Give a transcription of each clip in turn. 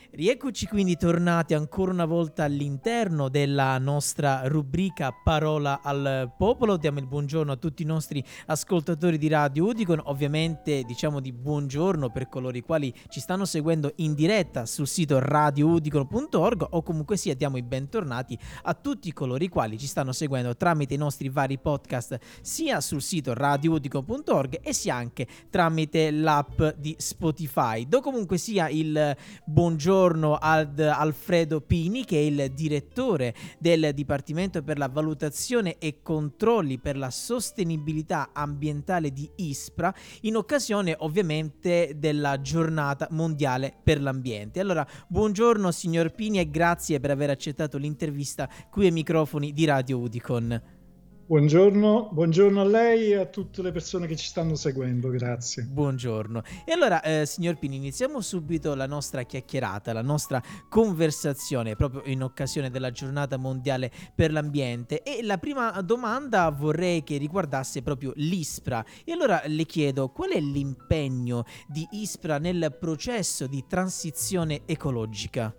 Rieccoci quindi tornati ancora una volta all'interno della nostra rubrica Parola al Popolo. Diamo il buongiorno a tutti i nostri ascoltatori di Radio Udicon. Ovviamente diciamo di buongiorno per coloro i quali ci stanno seguendo in diretta sul sito radioudicon.org, o comunque sia diamo i bentornati a tutti coloro i quali ci stanno seguendo tramite i nostri vari podcast sia sul sito radioudicon.org e sia anche tramite l'app di Spotify. Do comunque sia il buongiorno ad Alfredo Pini, che è il direttore del Dipartimento per la valutazione e controlli per la sostenibilità ambientale di ISPRA, in occasione ovviamente della giornata mondiale per l'ambiente. Allora, buongiorno signor Pini e grazie per aver accettato l'intervista qui ai microfoni di Radio Udicon. Buongiorno a lei e a tutte le persone che ci stanno seguendo, grazie. Buongiorno. E allora, signor Pini, iniziamo subito la nostra chiacchierata, la nostra conversazione proprio in occasione della giornata mondiale per l'ambiente, e la prima domanda vorrei che riguardasse proprio l'ISPRA. E allora le chiedo, qual è l'impegno di ISPRA nel processo di transizione ecologica?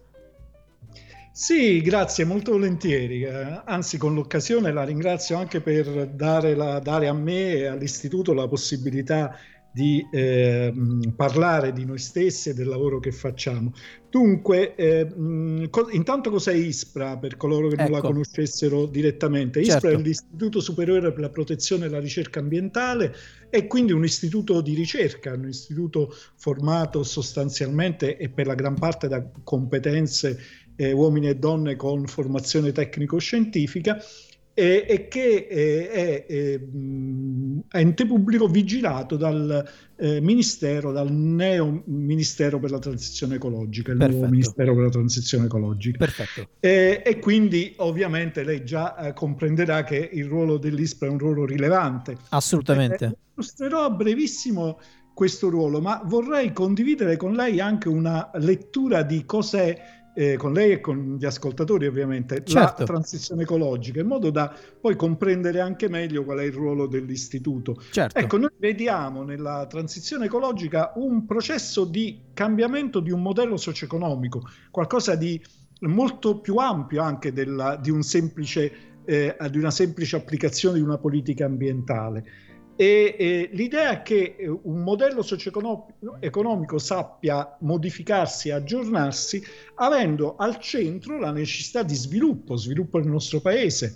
Sì, grazie, molto volentieri. Anzi, con l'occasione la ringrazio anche per dare a me e all'Istituto la possibilità di parlare di noi stessi e del lavoro che facciamo. Dunque, intanto cos'è ISPRA per coloro che non la conoscessero direttamente? Certo. ISPRA è l'Istituto Superiore per la Protezione e la Ricerca Ambientale, è quindi un istituto di ricerca, un istituto formato sostanzialmente e per la gran parte da competenze uomini e donne con formazione tecnico-scientifica, e che è ente pubblico vigilato dal Ministero, dal neo Ministero per la Transizione Ecologica, il nuovo Ministero per la Transizione Ecologica. Perfetto. E quindi ovviamente lei già comprenderà che il ruolo dell'ISPRA è un ruolo rilevante. Assolutamente. Illustrerò a brevissimo questo ruolo, ma vorrei condividere con lei anche una lettura di cos'è, con lei e con gli ascoltatori ovviamente, certo, la transizione ecologica, in modo da poi comprendere anche meglio qual è il ruolo dell'istituto. certo. Ecco, noi vediamo nella transizione ecologica un processo di cambiamento di un modello socio-economico, qualcosa di molto più ampio anche di una semplice applicazione di una politica ambientale. E l'idea è che un modello socio-economico sappia modificarsi e aggiornarsi avendo al centro la necessità di sviluppo del nostro paese,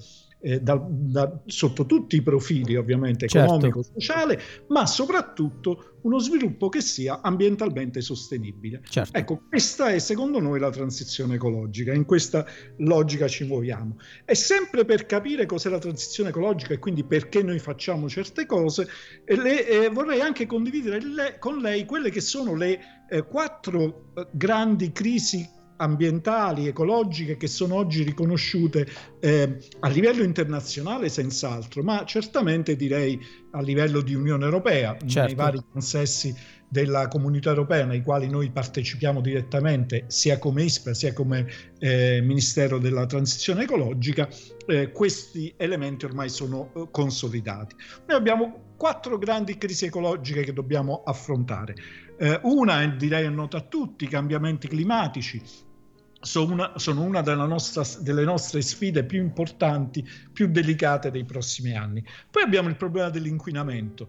sotto tutti i profili ovviamente, economico, sociale, ma soprattutto uno sviluppo che sia ambientalmente sostenibile. Certo. Ecco, questa è secondo noi la transizione ecologica, in questa logica ci muoviamo. E sempre per capire cos'è la transizione ecologica e quindi perché noi facciamo certe cose, vorrei anche condividere con lei quelle che sono le 4 grandi crisi ambientali, ecologiche, che sono oggi riconosciute a livello internazionale senz'altro, ma certamente direi a livello di Unione Europea, nei vari consessi della Comunità Europea nei quali noi partecipiamo direttamente sia come ISPRA sia come Ministero della Transizione Ecologica. Questi elementi ormai sono consolidati. Noi abbiamo 4 grandi crisi ecologiche che dobbiamo affrontare. Una, direi, è nota a tutti: i cambiamenti climatici sono una delle nostre sfide più importanti, più delicate dei prossimi anni. Poi abbiamo il problema dell'inquinamento.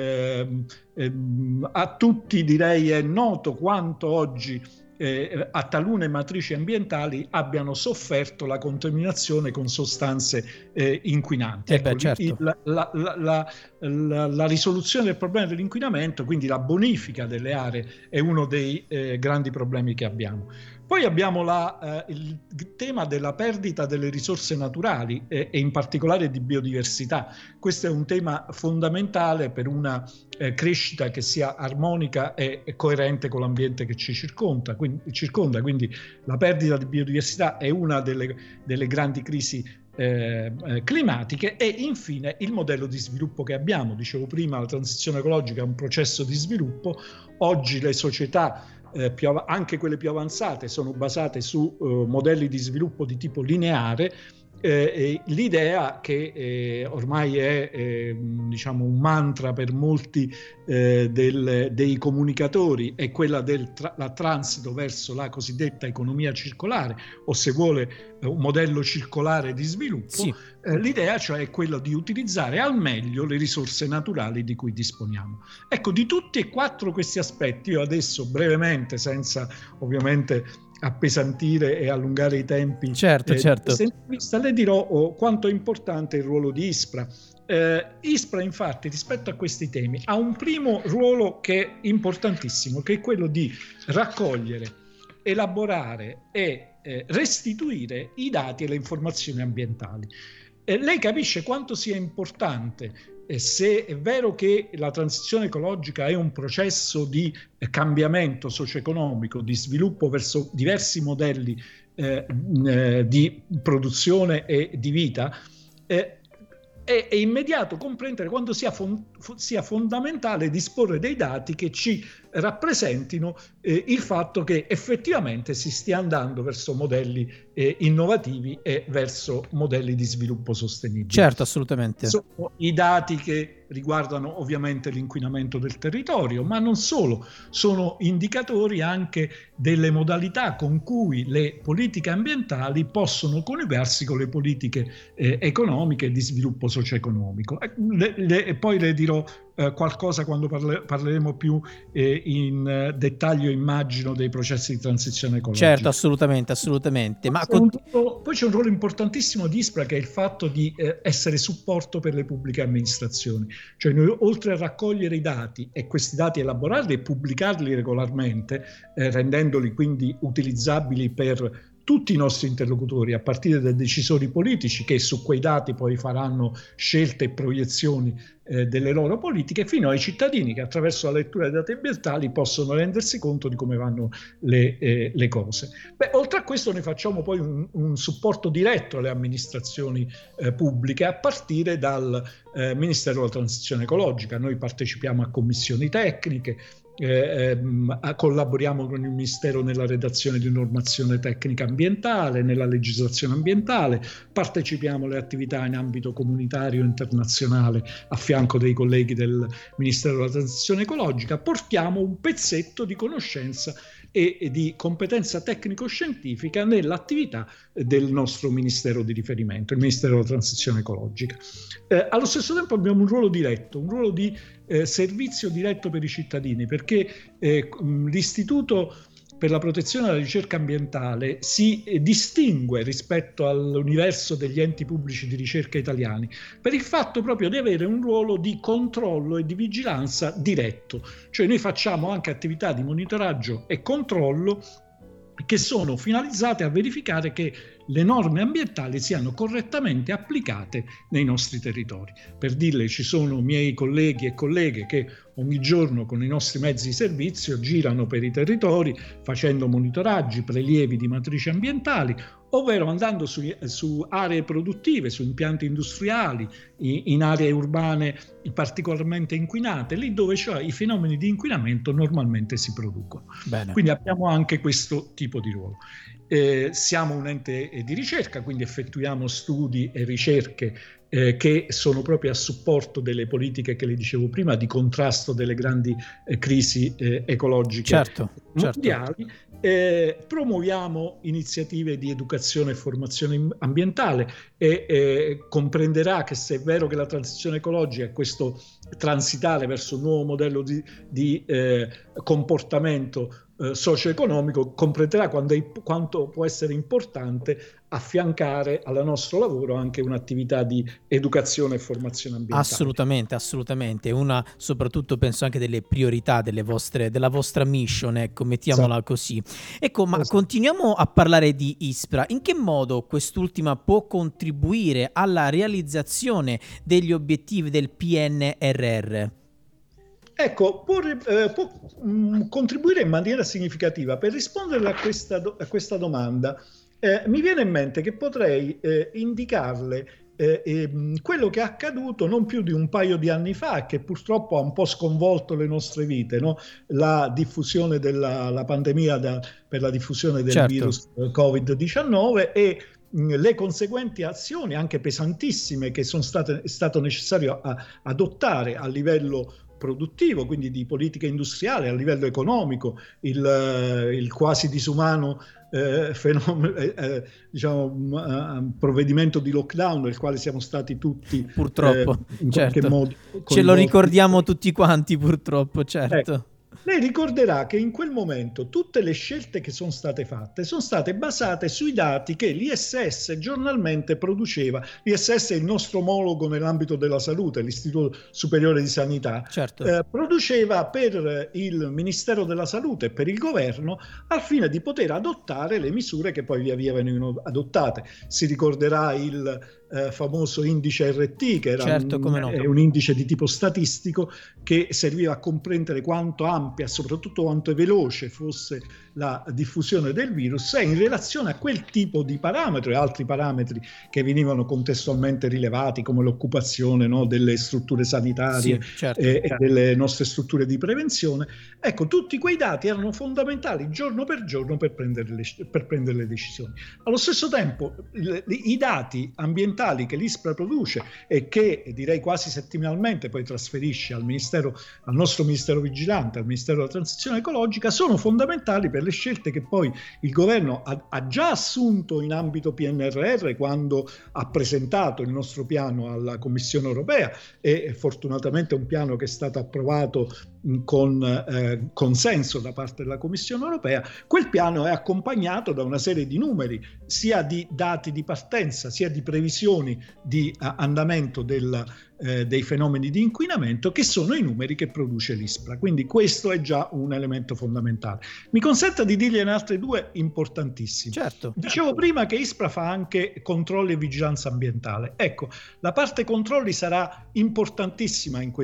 A tutti, direi, è noto quanto oggi a talune matrici ambientali abbiano sofferto la contaminazione con sostanze inquinanti. Certo. La risoluzione del problema dell'inquinamento, quindi la bonifica delle aree, è uno dei grandi problemi che abbiamo. Poi abbiamo il tema della perdita delle risorse naturali e in particolare di biodiversità. Questo è un tema fondamentale per una crescita che sia armonica e coerente con l'ambiente che ci circonda. Quindi la perdita di biodiversità è una delle grandi crisi climatiche. E infine il modello di sviluppo che abbiamo. Dicevo prima, la transizione ecologica è un processo di sviluppo. Oggi le società, anche quelle più avanzate, sono basate su modelli di sviluppo di tipo lineare, l'idea che ormai è diciamo un mantra per molti dei comunicatori è quella del transito verso la cosiddetta economia circolare, o se vuole un modello circolare di sviluppo. Sì. L'idea cioè è quella di utilizzare al meglio le risorse naturali di cui disponiamo. Ecco, di tutti e quattro questi aspetti io adesso brevemente, senza ovviamente appesantire e allungare i tempi certo. di questa intervista, le dirò quanto è importante il ruolo di ISPRA. ISPRA infatti rispetto a questi temi ha un primo ruolo che è importantissimo, che è quello di raccogliere, elaborare e restituire i dati e le informazioni ambientali. Lei capisce quanto sia importante, se è vero che la transizione ecologica è un processo di cambiamento socio-economico, di sviluppo verso diversi modelli di produzione e di vita, è immediato comprendere quanto sia fondamentale disporre dei dati che ci rappresentino il fatto che effettivamente si stia andando verso modelli innovativi e verso modelli di sviluppo sostenibile. Certo, assolutamente. Sono i dati che riguardano ovviamente l'inquinamento del territorio, ma non solo, sono indicatori anche delle modalità con cui le politiche ambientali possono coniugarsi con le politiche economiche di sviluppo socio-economico. E poi le dirò qualcosa quando parleremo più in dettaglio, immagino, dei processi di transizione ecologica. Certo, assolutamente. Ma poi c'è un ruolo importantissimo di ISPRA, che è il fatto di essere supporto per le pubbliche amministrazioni. Cioè noi, oltre a raccogliere i dati e questi dati elaborarli e pubblicarli regolarmente, rendendoli quindi utilizzabili per tutti i nostri interlocutori, a partire dai decisori politici che su quei dati poi faranno scelte e proiezioni delle loro politiche, fino ai cittadini che attraverso la lettura dei dati ambientali possono rendersi conto di come vanno le cose. Oltre a questo noi facciamo poi un supporto diretto alle amministrazioni pubbliche, a partire dal Ministero della Transizione Ecologica. Noi partecipiamo a commissioni tecniche, collaboriamo con il Ministero nella redazione di normazione tecnica ambientale, nella legislazione ambientale, partecipiamo alle attività in ambito comunitario e internazionale a fianco dei colleghi del Ministero della Transizione Ecologica, portiamo un pezzetto di conoscenza e di competenza tecnico-scientifica nell'attività del nostro Ministero di riferimento, il Ministero della Transizione Ecologica. Allo stesso tempo abbiamo un ruolo diretto, un ruolo di servizio diretto per i cittadini, perché l'Istituto per la protezione e la ricerca ambientale si distingue rispetto all'universo degli enti pubblici di ricerca italiani per il fatto proprio di avere un ruolo di controllo e di vigilanza diretto. Cioè noi facciamo anche attività di monitoraggio e controllo che sono finalizzate a verificare che le norme ambientali siano correttamente applicate nei nostri territori. Per dirle, ci sono miei colleghi e colleghe che ogni giorno con i nostri mezzi di servizio girano per i territori facendo monitoraggi, prelievi di matrici ambientali, ovvero andando su aree produttive, su impianti industriali, in aree urbane particolarmente inquinate, lì dove cioè i fenomeni di inquinamento normalmente si producono. Bene. Quindi abbiamo anche questo tipo di ruolo. Siamo un ente di ricerca, quindi effettuiamo studi e ricerche che sono proprio a supporto delle politiche che le dicevo prima di contrasto delle grandi crisi ecologiche mondiali. Promuoviamo iniziative di educazione e formazione ambientale e comprenderà che se è vero che la transizione ecologica è questo transitare verso un nuovo modello di comportamento socio-economico, comprenderà quanto può essere importante affiancare al nostro lavoro anche un'attività di educazione e formazione ambientale. Assolutamente. Una, soprattutto penso anche delle priorità della vostra mission, ecco, mettiamola così. Ecco, ma continuiamo a parlare di ISPRA. In che modo quest'ultima può contribuire alla realizzazione degli obiettivi del PNRR? Ecco, può contribuire in maniera significativa. Per rispondere a questa domanda, mi viene in mente che potrei indicarle quello che è accaduto non più di un paio di anni fa, che purtroppo ha un po' sconvolto le nostre vite, no? La diffusione della pandemia per la diffusione del virus Covid-19 e le conseguenti azioni, anche pesantissime, che è stato necessario adottare a livello produttivo, quindi di politica industriale, a livello economico, il quasi disumano provvedimento di lockdown del quale siamo stati tutti purtroppo, in certo, qualche modo ce lo ricordiamo tutti quanti, purtroppo, certo. Lei ricorderà che in quel momento tutte le scelte che sono state fatte sono state basate sui dati che l'ISS giornalmente produceva. L'ISS è il nostro omologo nell'ambito della salute, l'Istituto Superiore di Sanità, certo. Produceva per il Ministero della Salute e per il governo al fine di poter adottare le misure che poi via via venivano adottate. Si ricorderà il famoso indice RT, che era un indice di tipo statistico che serviva a comprendere quanto ampia, soprattutto quanto veloce fosse la diffusione del virus, e in relazione a quel tipo di parametro e altri parametri che venivano contestualmente rilevati, come l'occupazione, no, delle strutture sanitarie, sì, certo, e delle nostre strutture di prevenzione, ecco, tutti quei dati erano fondamentali giorno per giorno per prendere le decisioni. Allo stesso tempo i dati ambientali che l'ISPRA produce e che direi quasi settimanalmente poi trasferisce al nostro Ministero Vigilante, al Ministero della Transizione Ecologica, sono fondamentali per le scelte che poi il governo ha già assunto in ambito PNRR, quando ha presentato il nostro piano alla Commissione Europea, e fortunatamente un piano che è stato approvato con consenso da parte della Commissione Europea. Quel piano è accompagnato da una serie di numeri, sia di dati di partenza, sia di previsioni di andamento dei fenomeni di inquinamento, che sono i numeri che produce l'ISPRA. Quindi questo è già un elemento fondamentale. Mi consenta di dirgliene altre due importantissime. Certo. Dicevo prima che ISPRA fa anche controlli e vigilanza ambientale. Ecco, la parte controlli sarà importantissima in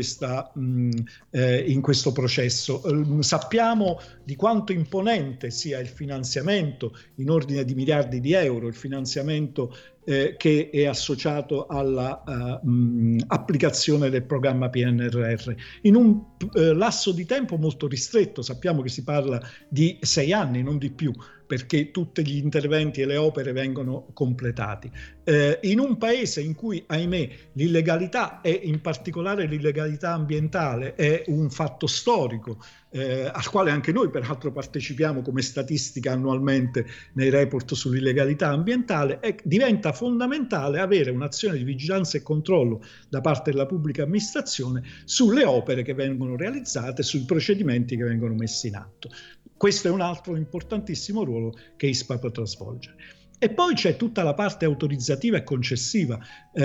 questo processo. Sappiamo di quanto imponente sia il finanziamento in ordine di miliardi di euro, il finanziamento che è associato alla applicazione del programma PNRR in un lasso di tempo molto ristretto. Sappiamo che si parla di 6 anni, non di più, perché tutti gli interventi e le opere vengono completati. In un paese in cui, ahimè, l'illegalità, e in particolare l'illegalità ambientale, è un fatto storico, al quale anche noi peraltro partecipiamo come statistica annualmente nei report sull'illegalità ambientale, diventa fondamentale avere un'azione di vigilanza e controllo da parte della pubblica amministrazione sulle opere che vengono realizzate, sui procedimenti che vengono messi in atto. Questo è un altro importantissimo ruolo che ISPRA potrà svolgere. E poi c'è tutta la parte autorizzativa e concessiva.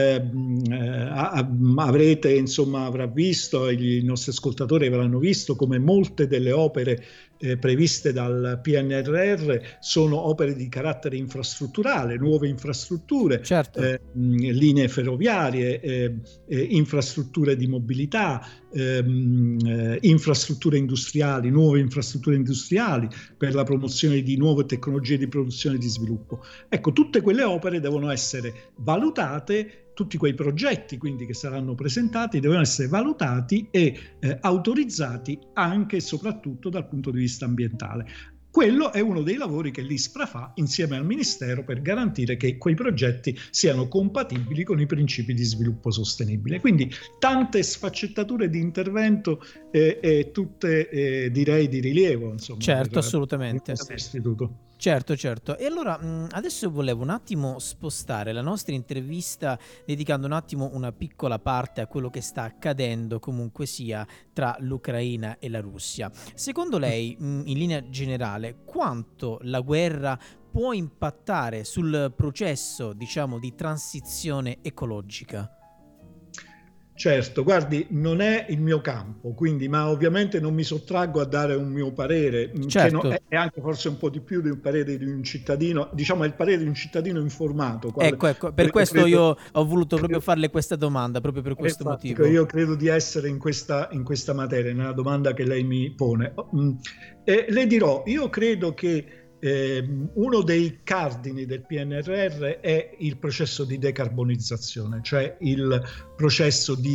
Avrà visto, i nostri ascoltatori avranno visto, come molte delle opere previste dal PNRR sono opere di carattere infrastrutturale, nuove infrastrutture, certo. Linee ferroviarie, infrastrutture di mobilità, infrastrutture industriali, nuove infrastrutture industriali per la promozione di nuove tecnologie di produzione e di sviluppo. Ecco, tutte quelle opere devono essere valutate, tutti quei progetti quindi che saranno presentati devono essere valutati e autorizzati anche e soprattutto dal punto di vista ambientale. Quello è uno dei lavori che l'ISPRA fa insieme al Ministero per garantire che quei progetti siano compatibili con i principi di sviluppo sostenibile. Quindi tante sfaccettature di intervento e tutte direi di rilievo, insomma. Certo, assolutamente. Istituto. Certo. E allora adesso volevo un attimo spostare la nostra intervista, dedicando un attimo una piccola parte a quello che sta accadendo comunque sia tra l'Ucraina e la Russia. Secondo lei, in linea generale, quanto la guerra può impattare sul processo, diciamo, di transizione ecologica? Certo, guardi, non è il mio campo, quindi, ma ovviamente non mi sottraggo a dare un mio parere, certo. che è anche forse un po' di più di un parere di un cittadino, diciamo è il parere di un cittadino informato. Ecco, per questo io ho voluto proprio farle questa domanda, proprio per questo motivo. Io credo di essere in questa materia, nella domanda che lei mi pone. Le dirò, io credo che uno dei cardini del PNRR è il processo di decarbonizzazione, cioè il processo di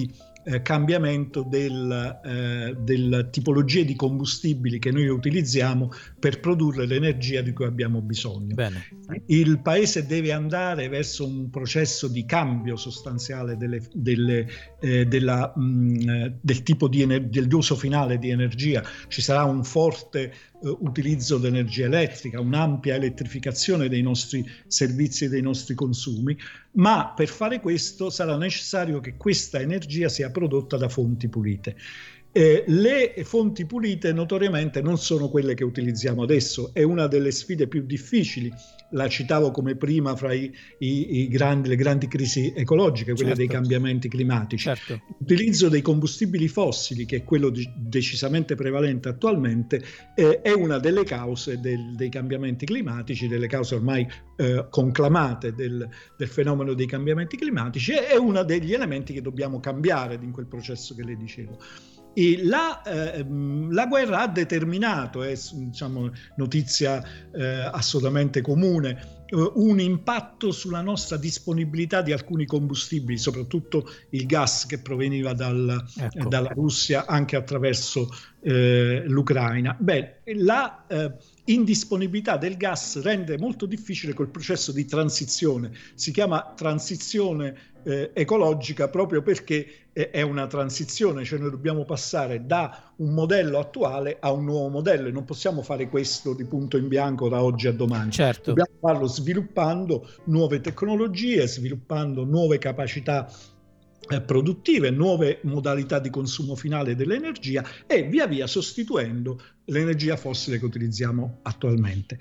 cambiamento della tipologia di combustibili che noi utilizziamo per produrre l'energia di cui abbiamo bisogno. Bene. Il Paese deve andare verso un processo di cambio sostanziale del tipo dell'uso finale di energia. Ci sarà un forte utilizzo di energia elettrica, un'ampia elettrificazione dei nostri servizi e dei nostri consumi, ma per fare questo sarà necessario che questa energia sia prodotta da fonti pulite. Le fonti pulite notoriamente non sono quelle che utilizziamo adesso, è una delle sfide più difficili, la citavo come prima fra le grandi crisi ecologiche, quelle dei cambiamenti climatici. L'utilizzo dei combustibili fossili, che è quello decisamente prevalente attualmente, è una delle cause dei cambiamenti climatici, delle cause ormai conclamate del fenomeno dei cambiamenti climatici, è uno degli elementi che dobbiamo cambiare in quel processo che le dicevo. E la guerra ha determinato, è notizia assolutamente comune, un impatto sulla nostra disponibilità di alcuni combustibili, soprattutto il gas che proveniva dalla Russia anche attraverso l'Ucraina. La indisponibilità del gas rende molto difficile quel processo di transizione, si chiama transizione ecologica proprio perché è una transizione, cioè noi dobbiamo passare da un modello attuale a un nuovo modello e non possiamo fare questo di punto in bianco da oggi a domani. Dobbiamo farlo sviluppando nuove tecnologie, sviluppando nuove capacità produttive, nuove modalità di consumo finale dell'energia e via via sostituendo l'energia fossile che utilizziamo attualmente.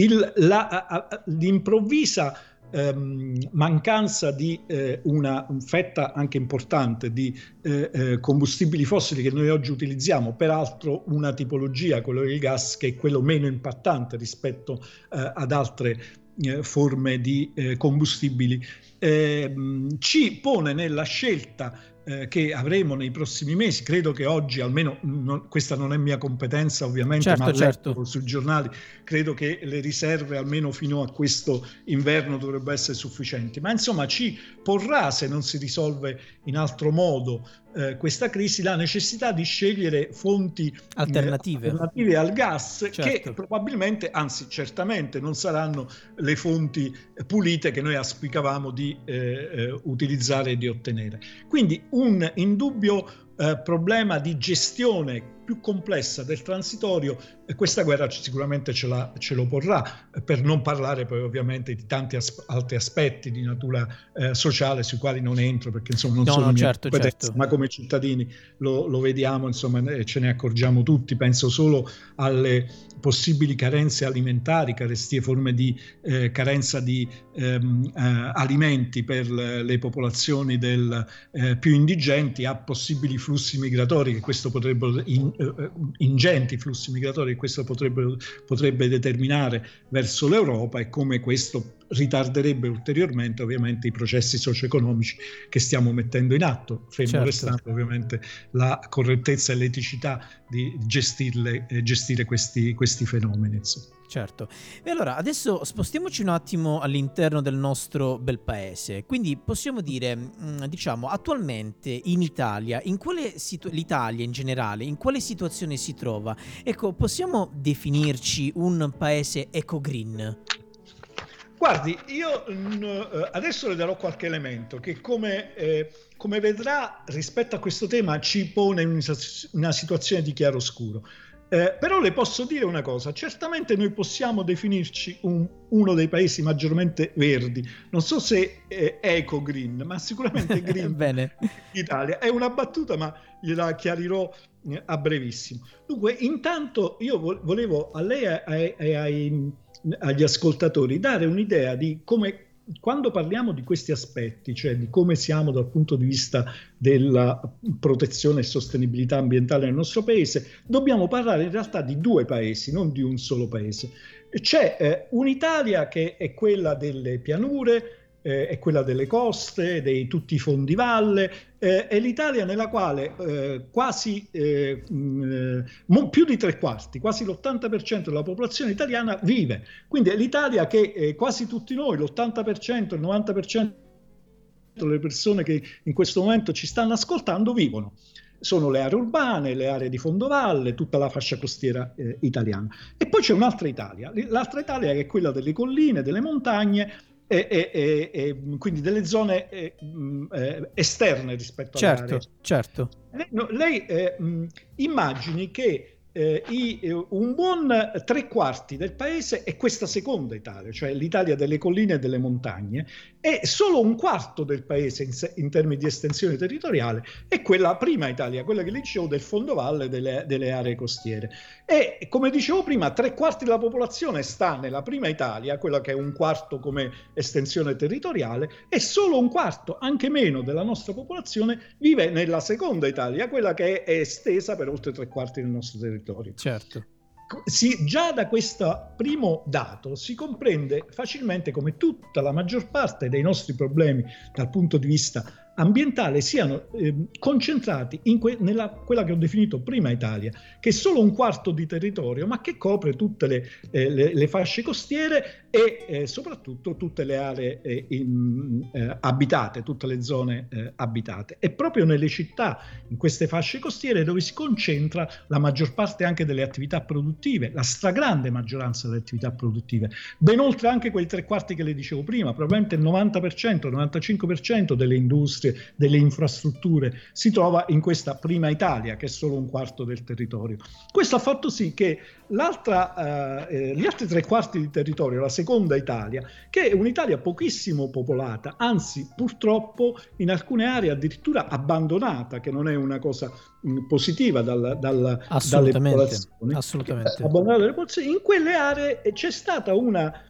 L'improvvisa mancanza di una fetta anche importante di combustibili fossili che noi oggi utilizziamo, peraltro una tipologia, quello del gas, che è quello meno impattante rispetto ad altre forme di combustibili, ci pone nella scelta che avremo nei prossimi mesi. Credo che oggi, almeno questa non è mia competenza ovviamente, ma letto sui giornali, credo che le riserve almeno fino a questo inverno dovrebbero essere sufficienti, ma insomma ci porrà, se non si risolve in altro modo questa crisi, la necessità di scegliere fonti alternative al gas, che probabilmente, anzi certamente non saranno le fonti pulite che noi auspicavamo di utilizzare e di ottenere. Quindi un indubbio problema di gestione più complessa del transitorio, e questa guerra sicuramente ce lo porrà, per non parlare poi ovviamente di tanti altri aspetti di natura sociale sui quali non entro, perché insomma non sono mia competenza, ma come cittadini lo vediamo, insomma ce ne accorgiamo tutti. Penso solo alle possibili carenze alimentari, carestie, forme di carenza di alimenti per le popolazioni più indigenti, a possibili flussi migratori che questo potrebbero ingenti flussi migratori che questo potrebbe determinare verso l'Europa, e come questo ritarderebbe ulteriormente ovviamente i processi socio-economici che stiamo mettendo in atto, fermo restando ovviamente la correttezza e l'eticità di gestire questi fenomeni, insomma. Certo. E allora adesso spostiamoci un attimo all'interno del nostro bel paese. Quindi possiamo dire, diciamo, attualmente in Italia, l'Italia in generale, in quale situazione si trova? Ecco, possiamo definirci un paese eco-green? Guardi, io adesso le darò qualche elemento che come vedrà rispetto a questo tema ci pone in una situazione di chiaroscuro. Però le posso dire una cosa: certamente noi possiamo definirci uno dei paesi maggiormente verdi, non so se eco-green, ma sicuramente green. Bene. Italia è una battuta, ma gliela chiarirò a brevissimo. Dunque, intanto io volevo a lei e agli ascoltatori dare un'idea di come, quando parliamo di questi aspetti, cioè di come siamo dal punto di vista della protezione e sostenibilità ambientale nel nostro paese, dobbiamo parlare in realtà di due paesi, non di un solo paese. C'è un'Italia che è quella delle pianure, è quella delle coste, di tutti i fondivalle, è l'Italia nella quale quasi più di tre quarti, quasi l'80% della popolazione italiana vive. Quindi è l'Italia che quasi tutti noi, l'80%, il 90% delle persone che in questo momento ci stanno ascoltando vivono. Sono le aree urbane, le aree di fondovalle, tutta la fascia costiera italiana. E poi c'è un'altra Italia, l'altra Italia che è quella delle colline, delle montagne e quindi delle zone esterne rispetto alle aree. Certo. Lei immagini che un buon 3/4 del paese è questa seconda Italia, cioè l'Italia delle colline e delle montagne, e solo 1/4 del paese in termini di estensione territoriale è quella prima Italia, quella che le dicevo del fondovalle, delle aree costiere. E come dicevo prima, 3/4 della popolazione sta nella prima Italia, quella che è 1/4 come estensione territoriale, e solo 1/4, anche meno, della nostra popolazione vive nella seconda Italia, quella che è estesa per oltre 3/4 del nostro territorio. Certo. Già da questo primo dato si comprende facilmente come tutta la maggior parte dei nostri problemi dal punto di vista ambientale siano concentrati nella quella che ho definito prima Italia, che è solo 1/4 di territorio, ma che copre tutte le fasce costiere e soprattutto tutte le aree abitate, tutte le zone abitate. È proprio nelle città, in queste fasce costiere, dove si concentra la maggior parte anche delle attività produttive, la stragrande maggioranza delle attività produttive, ben oltre anche quei 3/4 che le dicevo prima. Probabilmente il 90%, il 95% delle industrie, delle infrastrutture si trova in questa prima Italia, che è solo 1/4 del territorio. Questo ha fatto sì che gli altri 3/4 di territorio, la seconda Italia, che è un'Italia pochissimo popolata, anzi purtroppo in alcune aree addirittura abbandonata, che non è una cosa positiva dalle popolazioni. Assolutamente. In quelle aree c'è stata una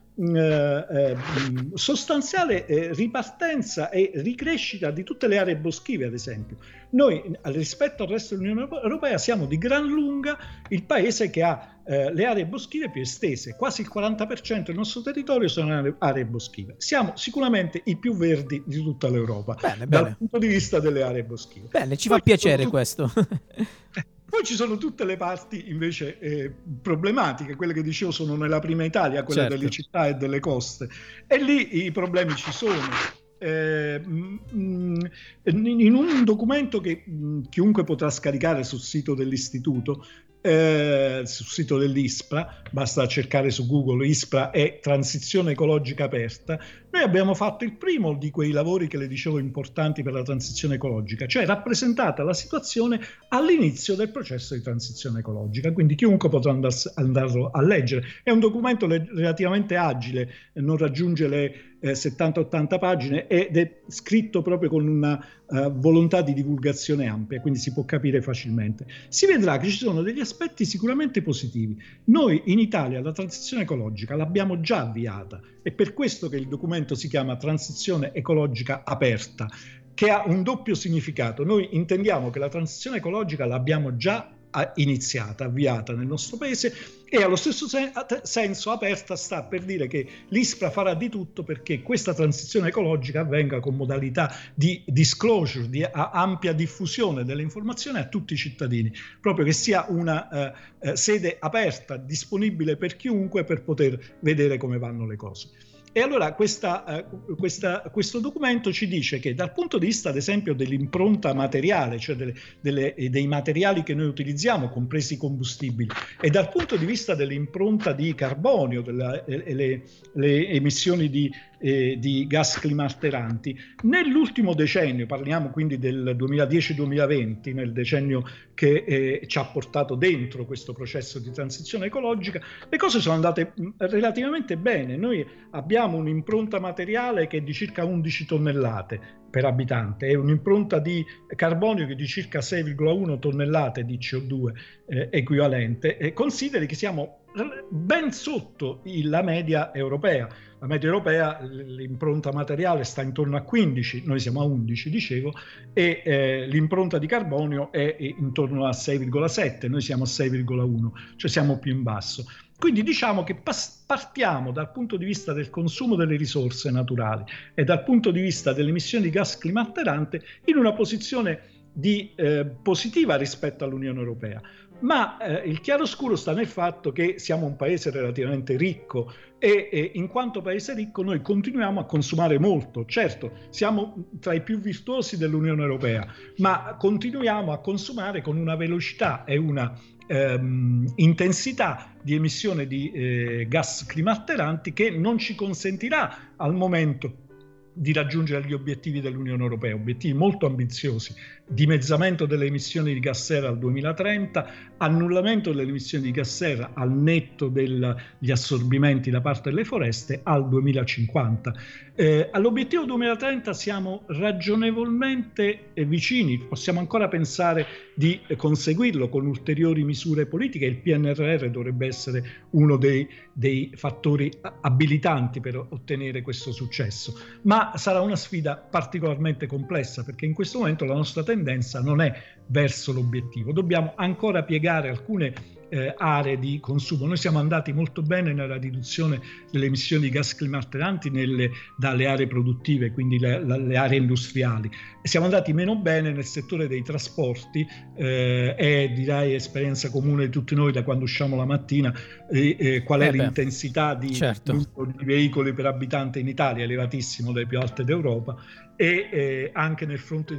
sostanziale ripartenza e ricrescita di tutte le aree boschive, ad esempio. Noi rispetto al resto dell'Unione Europea siamo di gran lunga il paese che ha le aree boschive più estese, quasi il 40% del nostro territorio sono aree boschive. Siamo sicuramente i più verdi di tutta l'Europa dal punto di vista delle aree boschive. Bene, ci fa piacere questo. Poi ci sono tutte le parti invece problematiche, quelle che dicevo sono nella prima Italia, quelle delle città e delle coste, e lì i problemi ci sono. In un documento che chiunque potrà scaricare sul sito dell'istituto, sul sito dell'ISPRA, basta cercare su Google ISPRA e transizione ecologica aperta, noi abbiamo fatto il primo di quei lavori che le dicevo importanti per la transizione ecologica, cioè rappresentata la situazione all'inizio del processo di transizione ecologica, quindi chiunque potrà andarlo a leggere. È un documento relativamente agile, non raggiunge le 70-80 pagine ed è scritto proprio con una volontà di divulgazione ampia, quindi si può capire facilmente. Si vedrà che ci sono degli aspetti sicuramente positivi. Noi in Italia la transizione ecologica l'abbiamo già avviata, è per questo che il documento si chiama transizione ecologica aperta, che ha un doppio significato. Noi intendiamo che la transizione ecologica l'abbiamo già iniziata, avviata nel nostro paese, e allo stesso senso aperta sta per dire che l'ISPRA farà di tutto perché questa transizione ecologica avvenga con modalità di disclosure, di ampia diffusione delle informazioni a tutti i cittadini, proprio che sia una sede aperta, disponibile per chiunque per poter vedere come vanno le cose. E allora questo documento ci dice che dal punto di vista, ad esempio, dell'impronta materiale, cioè dei materiali che noi utilizziamo, compresi i combustibili, e dal punto di vista dell'impronta di carbonio, le emissioni di gas climalteranti, nell'ultimo decennio, parliamo quindi del 2010-2020, nel decennio che ci ha portato dentro questo processo di transizione ecologica, le cose sono andate relativamente bene. Noi abbiamo un'impronta materiale che è di circa 11 tonnellate per abitante e un'impronta di carbonio che è di circa 6,1 tonnellate di CO2 equivalente. E consideri che siamo ben sotto la media europea. La media europea, l'impronta materiale sta intorno a 15, noi siamo a 11, dicevo, e l'impronta di carbonio è intorno a 6,7, noi siamo a 6,1, cioè siamo più in basso. Quindi diciamo che partiamo dal punto di vista del consumo delle risorse naturali e dal punto di vista delle emissioni di gas climalterante in una posizione positiva rispetto all'Unione Europea. Ma il chiaroscuro sta nel fatto che siamo un paese relativamente ricco e in quanto paese ricco noi continuiamo a consumare molto. Certo, siamo tra i più virtuosi dell'Unione Europea, ma continuiamo a consumare con una velocità e una intensità di emissione di gas climalteranti che non ci consentirà al momento di raggiungere gli obiettivi dell'Unione Europea, obiettivi molto ambiziosi: dimezzamento delle emissioni di gas serra al 2030, annullamento delle emissioni di gas serra al netto degli assorbimenti da parte delle foreste al 2050. All'obiettivo 2030 siamo ragionevolmente vicini, possiamo ancora pensare di conseguirlo con ulteriori misure politiche. Il PNRR dovrebbe essere uno dei fattori abilitanti per ottenere questo successo, ma sarà una sfida particolarmente complessa, perché in questo momento la nostra tendenza non è verso l'obiettivo. Dobbiamo ancora piegare alcune aree di consumo. Noi siamo andati molto bene nella riduzione delle emissioni di gas climalteranti dalle aree produttive, quindi le aree industriali. Siamo andati meno bene nel settore dei trasporti, è direi esperienza comune di tutti noi da quando usciamo la mattina, qual è l'intensità di veicoli per abitante in Italia, elevatissimo, delle più alte d'Europa, e anche nel fronte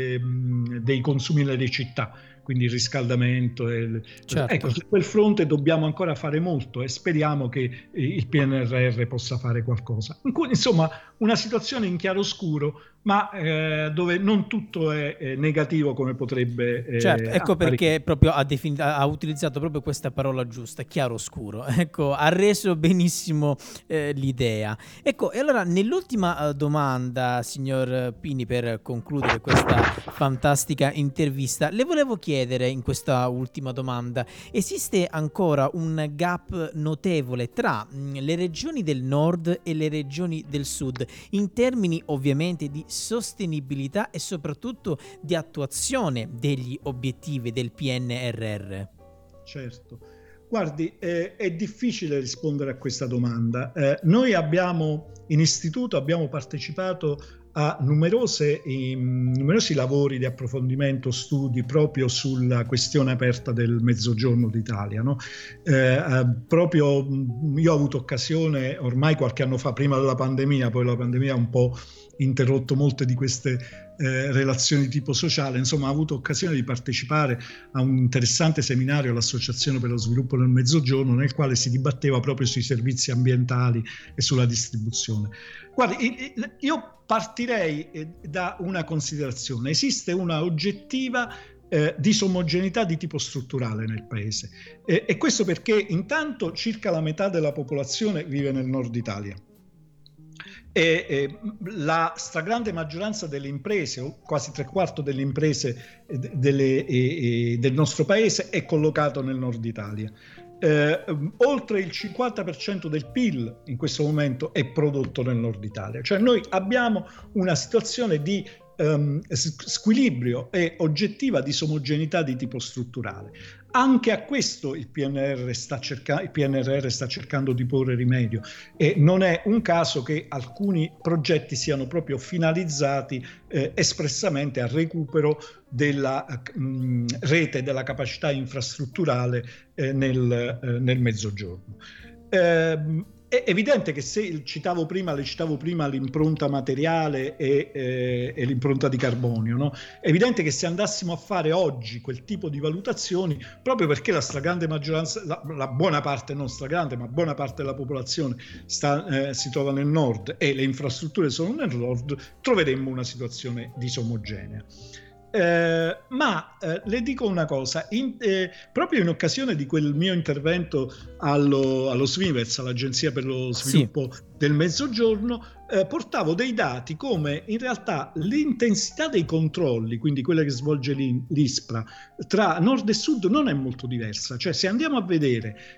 dei consumi nelle città, quindi il riscaldamento. Ecco, su quel fronte dobbiamo ancora fare molto e speriamo che il PNRR possa fare qualcosa. Insomma, una situazione in chiaroscuro, ma dove non tutto è negativo come potrebbe. Certo, ecco perché proprio ha utilizzato proprio questa parola giusta, chiaroscuro. Ecco, ha reso benissimo l'idea. Ecco, e allora nell'ultima domanda, signor Pini, per concludere questa fantastica intervista, le volevo chiedere in questa ultima domanda: esiste ancora un gap notevole tra le regioni del nord e le regioni del sud, in termini ovviamente di sostenibilità e soprattutto di attuazione degli obiettivi del PNRR? Certo. Guardi, è difficile rispondere a questa domanda. Noi in istituto abbiamo partecipato a numerosi lavori di approfondimento, studi proprio sulla questione aperta del Mezzogiorno d'Italia, no? Proprio io ho avuto occasione ormai qualche anno fa, prima della pandemia, poi la pandemia ha un po' interrotto molte di queste relazioni tipo sociale, insomma ho avuto occasione di partecipare a un interessante seminario all'Associazione per lo Sviluppo del Mezzogiorno, nel quale si dibatteva proprio sui servizi ambientali e sulla distribuzione. Guardi, io partirei da una considerazione: esiste una oggettiva disomogeneità di tipo strutturale nel paese, e questo perché intanto circa la metà della popolazione vive nel nord Italia. La stragrande maggioranza delle imprese, o quasi 3/4 delle imprese del nostro paese, è collocato nel nord Italia. Oltre il 50% del PIL in questo momento è prodotto nel nord Italia, cioè noi abbiamo una situazione di squilibrio e oggettiva disomogeneità di tipo strutturale. Anche a questo il PNRR sta cercando di porre rimedio, e non è un caso che alcuni progetti siano proprio finalizzati espressamente al recupero della rete, della capacità infrastrutturale nel Mezzogiorno. È evidente che le citavo prima l'impronta materiale e l'impronta di carbonio, no? È evidente che se andassimo a fare oggi quel tipo di valutazioni, proprio perché la stragrande maggioranza, la buona parte, non stragrande, ma buona parte della popolazione si trova nel nord e le infrastrutture sono nel nord, troveremmo una situazione disomogenea. Ma le dico una cosa, proprio in occasione di quel mio intervento allo SVIMEZ, all'Agenzia per lo Sviluppo del Mezzogiorno, portavo dei dati come in realtà l'intensità dei controlli, quindi quella che svolge l'ISPRA, tra nord e sud non è molto diversa. Cioè, se andiamo a vedere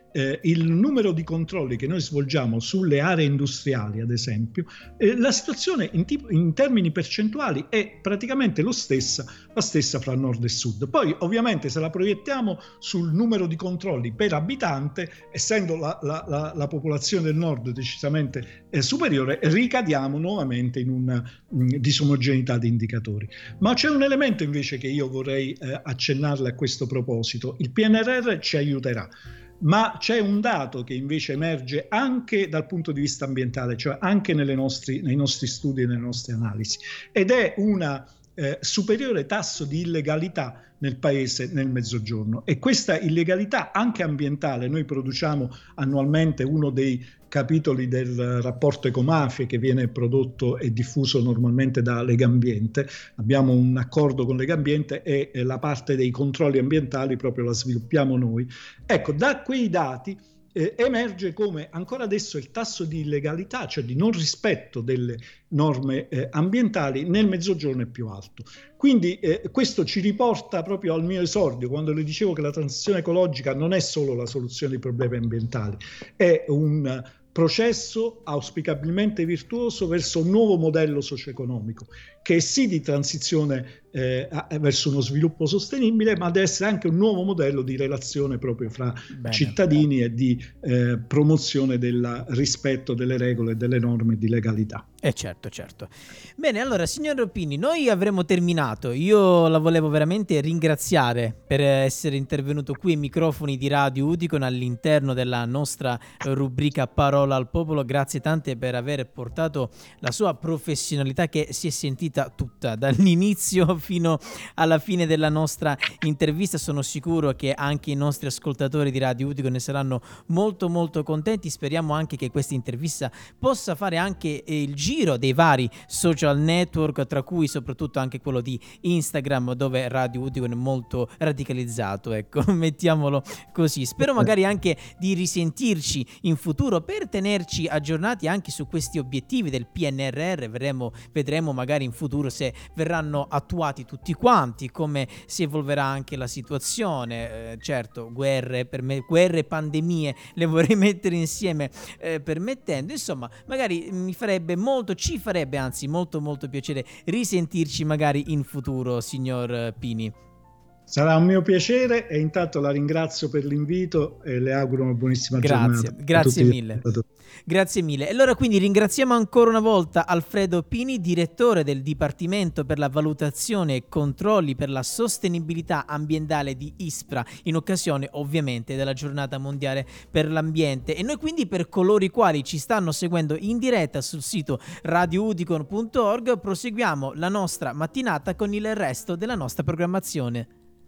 il numero di controlli che noi svolgiamo sulle aree industriali, ad esempio, la situazione in termini percentuali è praticamente la stessa fra nord e sud. Poi ovviamente se la proiettiamo sul numero di controlli per abitante, essendo la popolazione del nord decisamente superiore, ricadiamo nuovamente in una disomogeneità di indicatori. Ma c'è un elemento invece che io vorrei accennarle a questo proposito. Il PNRR ci aiuterà, ma c'è un dato che invece emerge anche dal punto di vista ambientale, cioè anche nei nostri studi e nelle nostre analisi, ed è una superiore tasso di illegalità nel paese, nel Mezzogiorno. E questa illegalità anche ambientale, noi produciamo annualmente uno dei capitoli del rapporto Ecomafie che viene prodotto e diffuso normalmente da Legambiente. Abbiamo un accordo con Legambiente e la parte dei controlli ambientali proprio la sviluppiamo noi. Ecco, da quei dati emerge come ancora adesso il tasso di illegalità, cioè di non rispetto delle norme ambientali, nel Mezzogiorno è più alto. Quindi questo ci riporta proprio al mio esordio, quando le dicevo che la transizione ecologica non è solo la soluzione dei problemi ambientali, è un processo auspicabilmente virtuoso verso un nuovo modello socio-economico, che è sì di transizione verso uno sviluppo sostenibile, ma deve essere anche un nuovo modello di relazione proprio fra cittadini e di promozione del rispetto delle regole, delle norme di legalità. Certo. Bene, allora signor Pini, noi avremo terminato. Io la volevo veramente ringraziare per essere intervenuto qui ai microfoni di Radio Udicon all'interno della nostra rubrica Parola al Popolo. Grazie tante per aver portato la sua professionalità, che si è sentita tutta dall'inizio fino alla fine della nostra intervista. Sono sicuro che anche i nostri ascoltatori di Radio Udicon ne saranno molto contenti. Speriamo anche che questa intervista possa fare anche il giro dei vari social network, tra cui soprattutto anche quello di Instagram, dove Radio Udicon è molto radicalizzato, ecco, mettiamolo così. Spero magari anche di risentirci in futuro per tenerci aggiornati anche su questi obiettivi del PNRR. Vedremo magari in futuro se verranno attuati tutti quanti, come si evolverà anche la situazione. Certo, guerre e pandemie le vorrei mettere insieme, permettendo. Insomma, magari ci farebbe anzi molto piacere risentirci magari in futuro, signor Pini. Sarà un mio piacere e intanto la ringrazio per l'invito e le auguro una buonissima giornata. Grazie mille. Grazie mille. E allora quindi ringraziamo ancora una volta Alfredo Pini, direttore del Dipartimento per la Valutazione e Controlli per la Sostenibilità Ambientale di ISPRA, in occasione ovviamente della Giornata Mondiale per l'Ambiente. E noi quindi, per coloro i quali ci stanno seguendo in diretta sul sito radioudicon.org, proseguiamo la nostra mattinata con il resto della nostra programmazione.